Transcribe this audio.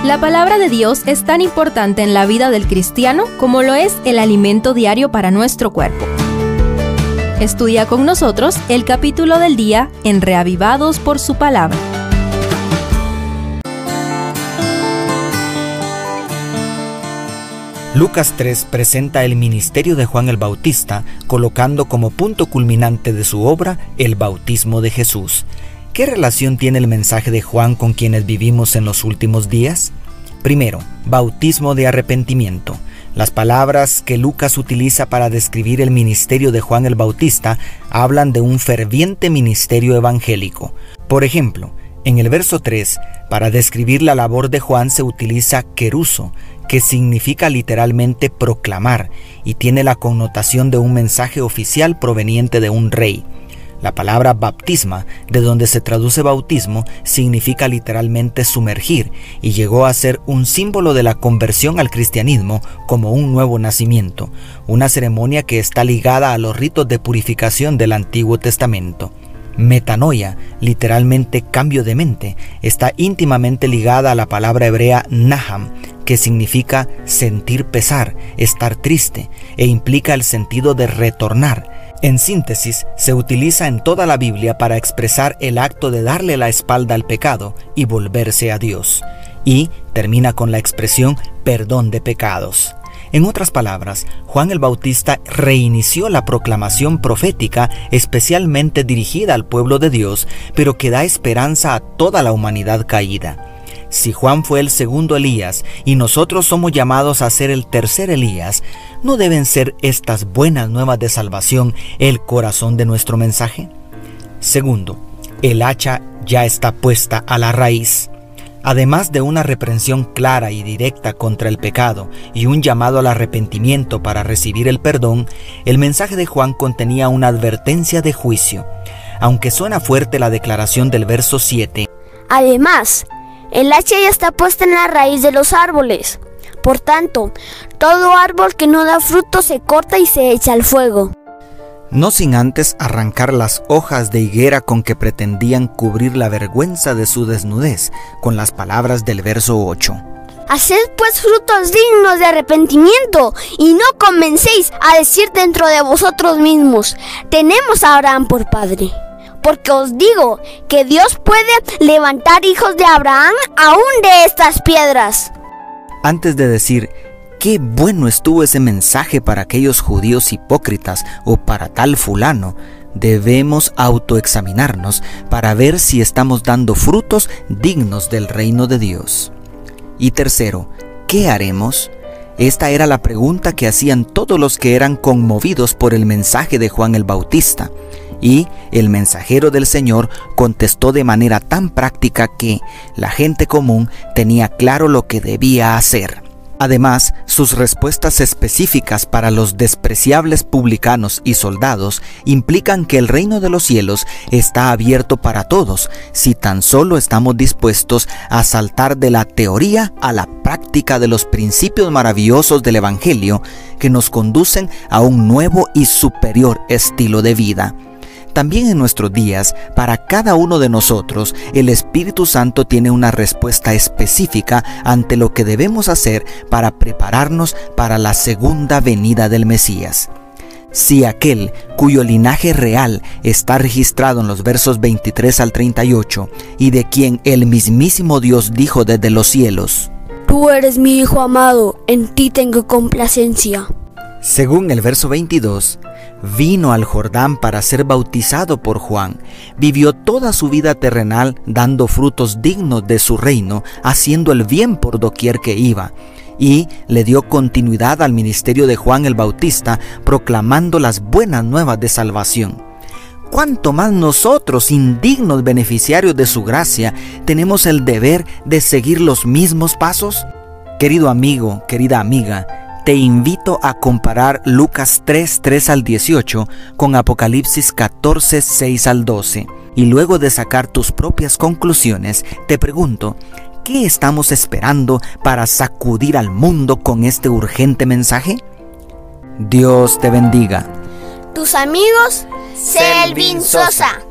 La palabra de Dios es tan importante en la vida del cristiano como lo es el alimento diario para nuestro cuerpo. Estudia con nosotros el capítulo del día en Reavivados por su palabra. Lucas 3 presenta el ministerio de Juan el Bautista, colocando como punto culminante de su obra el bautismo de Jesús. ¿Qué relación tiene el mensaje de Juan con quienes vivimos en los últimos días? Primero, bautismo de arrepentimiento. Las palabras que Lucas utiliza para describir el ministerio de Juan el Bautista hablan de un ferviente ministerio evangélico. Por ejemplo, en el verso 3, para describir la labor de Juan se utiliza keruso, que significa literalmente proclamar y tiene la connotación de un mensaje oficial proveniente de un rey. La palabra baptisma, de donde se traduce bautismo, significa literalmente sumergir y llegó a ser un símbolo de la conversión al cristianismo como un nuevo nacimiento, una ceremonia que está ligada a los ritos de purificación del Antiguo Testamento. Metanoia, literalmente cambio de mente, está íntimamente ligada a la palabra hebrea naham, que significa sentir pesar, estar triste, e implica el sentido de retornar. En síntesis, se utiliza en toda la Biblia para expresar el acto de darle la espalda al pecado y volverse a Dios. Y termina con la expresión perdón de pecados. En otras palabras, Juan el Bautista reinició la proclamación profética especialmente dirigida al pueblo de Dios, pero que da esperanza a toda la humanidad caída. Si Juan fue el segundo Elías y nosotros somos llamados a ser el tercer Elías, ¿no deben ser estas buenas nuevas de salvación el corazón de nuestro mensaje? Segundo, el hacha ya está puesta a la raíz. Además de una reprensión clara y directa contra el pecado y un llamado al arrepentimiento para recibir el perdón, el mensaje de Juan contenía una advertencia de juicio. Aunque suena fuerte la declaración del verso 7. Además, el hacha ya está puesta en la raíz de los árboles. Por tanto, todo árbol que no da fruto se corta y se echa al fuego. No sin antes arrancar las hojas de higuera con que pretendían cubrir la vergüenza de su desnudez, con las palabras del verso 8. Haced pues frutos dignos de arrepentimiento, y no comencéis a decir dentro de vosotros mismos, tenemos a Abraham por padre. Porque os digo que Dios puede levantar hijos de Abraham aún de estas piedras. Antes de decir, qué bueno estuvo ese mensaje para aquellos judíos hipócritas o para tal fulano, debemos autoexaminarnos para ver si estamos dando frutos dignos del reino de Dios. Y tercero, ¿qué haremos? Esta era la pregunta que hacían todos los que eran conmovidos por el mensaje de Juan el Bautista. Y el mensajero del Señor contestó de manera tan práctica que la gente común tenía claro lo que debía hacer. Además, sus respuestas específicas para los despreciables publicanos y soldados implican que el reino de los cielos está abierto para todos, si tan solo estamos dispuestos a saltar de la teoría a la práctica de los principios maravillosos del Evangelio que nos conducen a un nuevo y superior estilo de vida. También en nuestros días, para cada uno de nosotros, el Espíritu Santo tiene una respuesta específica ante lo que debemos hacer para prepararnos para la segunda venida del Mesías. Si aquel cuyo linaje real está registrado en los versos 23 al 38 y de quien el mismísimo Dios dijo desde los cielos, Tú eres mi Hijo amado, en ti tengo complacencia. Según el verso 22, vino al Jordán para ser bautizado por Juan, vivió toda su vida terrenal dando frutos dignos de su reino, haciendo el bien por doquier que iba, y le dio continuidad al ministerio de Juan el Bautista, proclamando las buenas nuevas de salvación. ¿Cuánto más nosotros, indignos beneficiarios de su gracia, tenemos el deber de seguir los mismos pasos? Querido amigo, querida amiga, te invito a comparar Lucas 3 al 18 con Apocalipsis 14, 6 al 12. Y luego de sacar tus propias conclusiones, te pregunto, ¿qué estamos esperando para sacudir al mundo con este urgente mensaje? Dios te bendiga. Tus amigos, Selvin Sosa.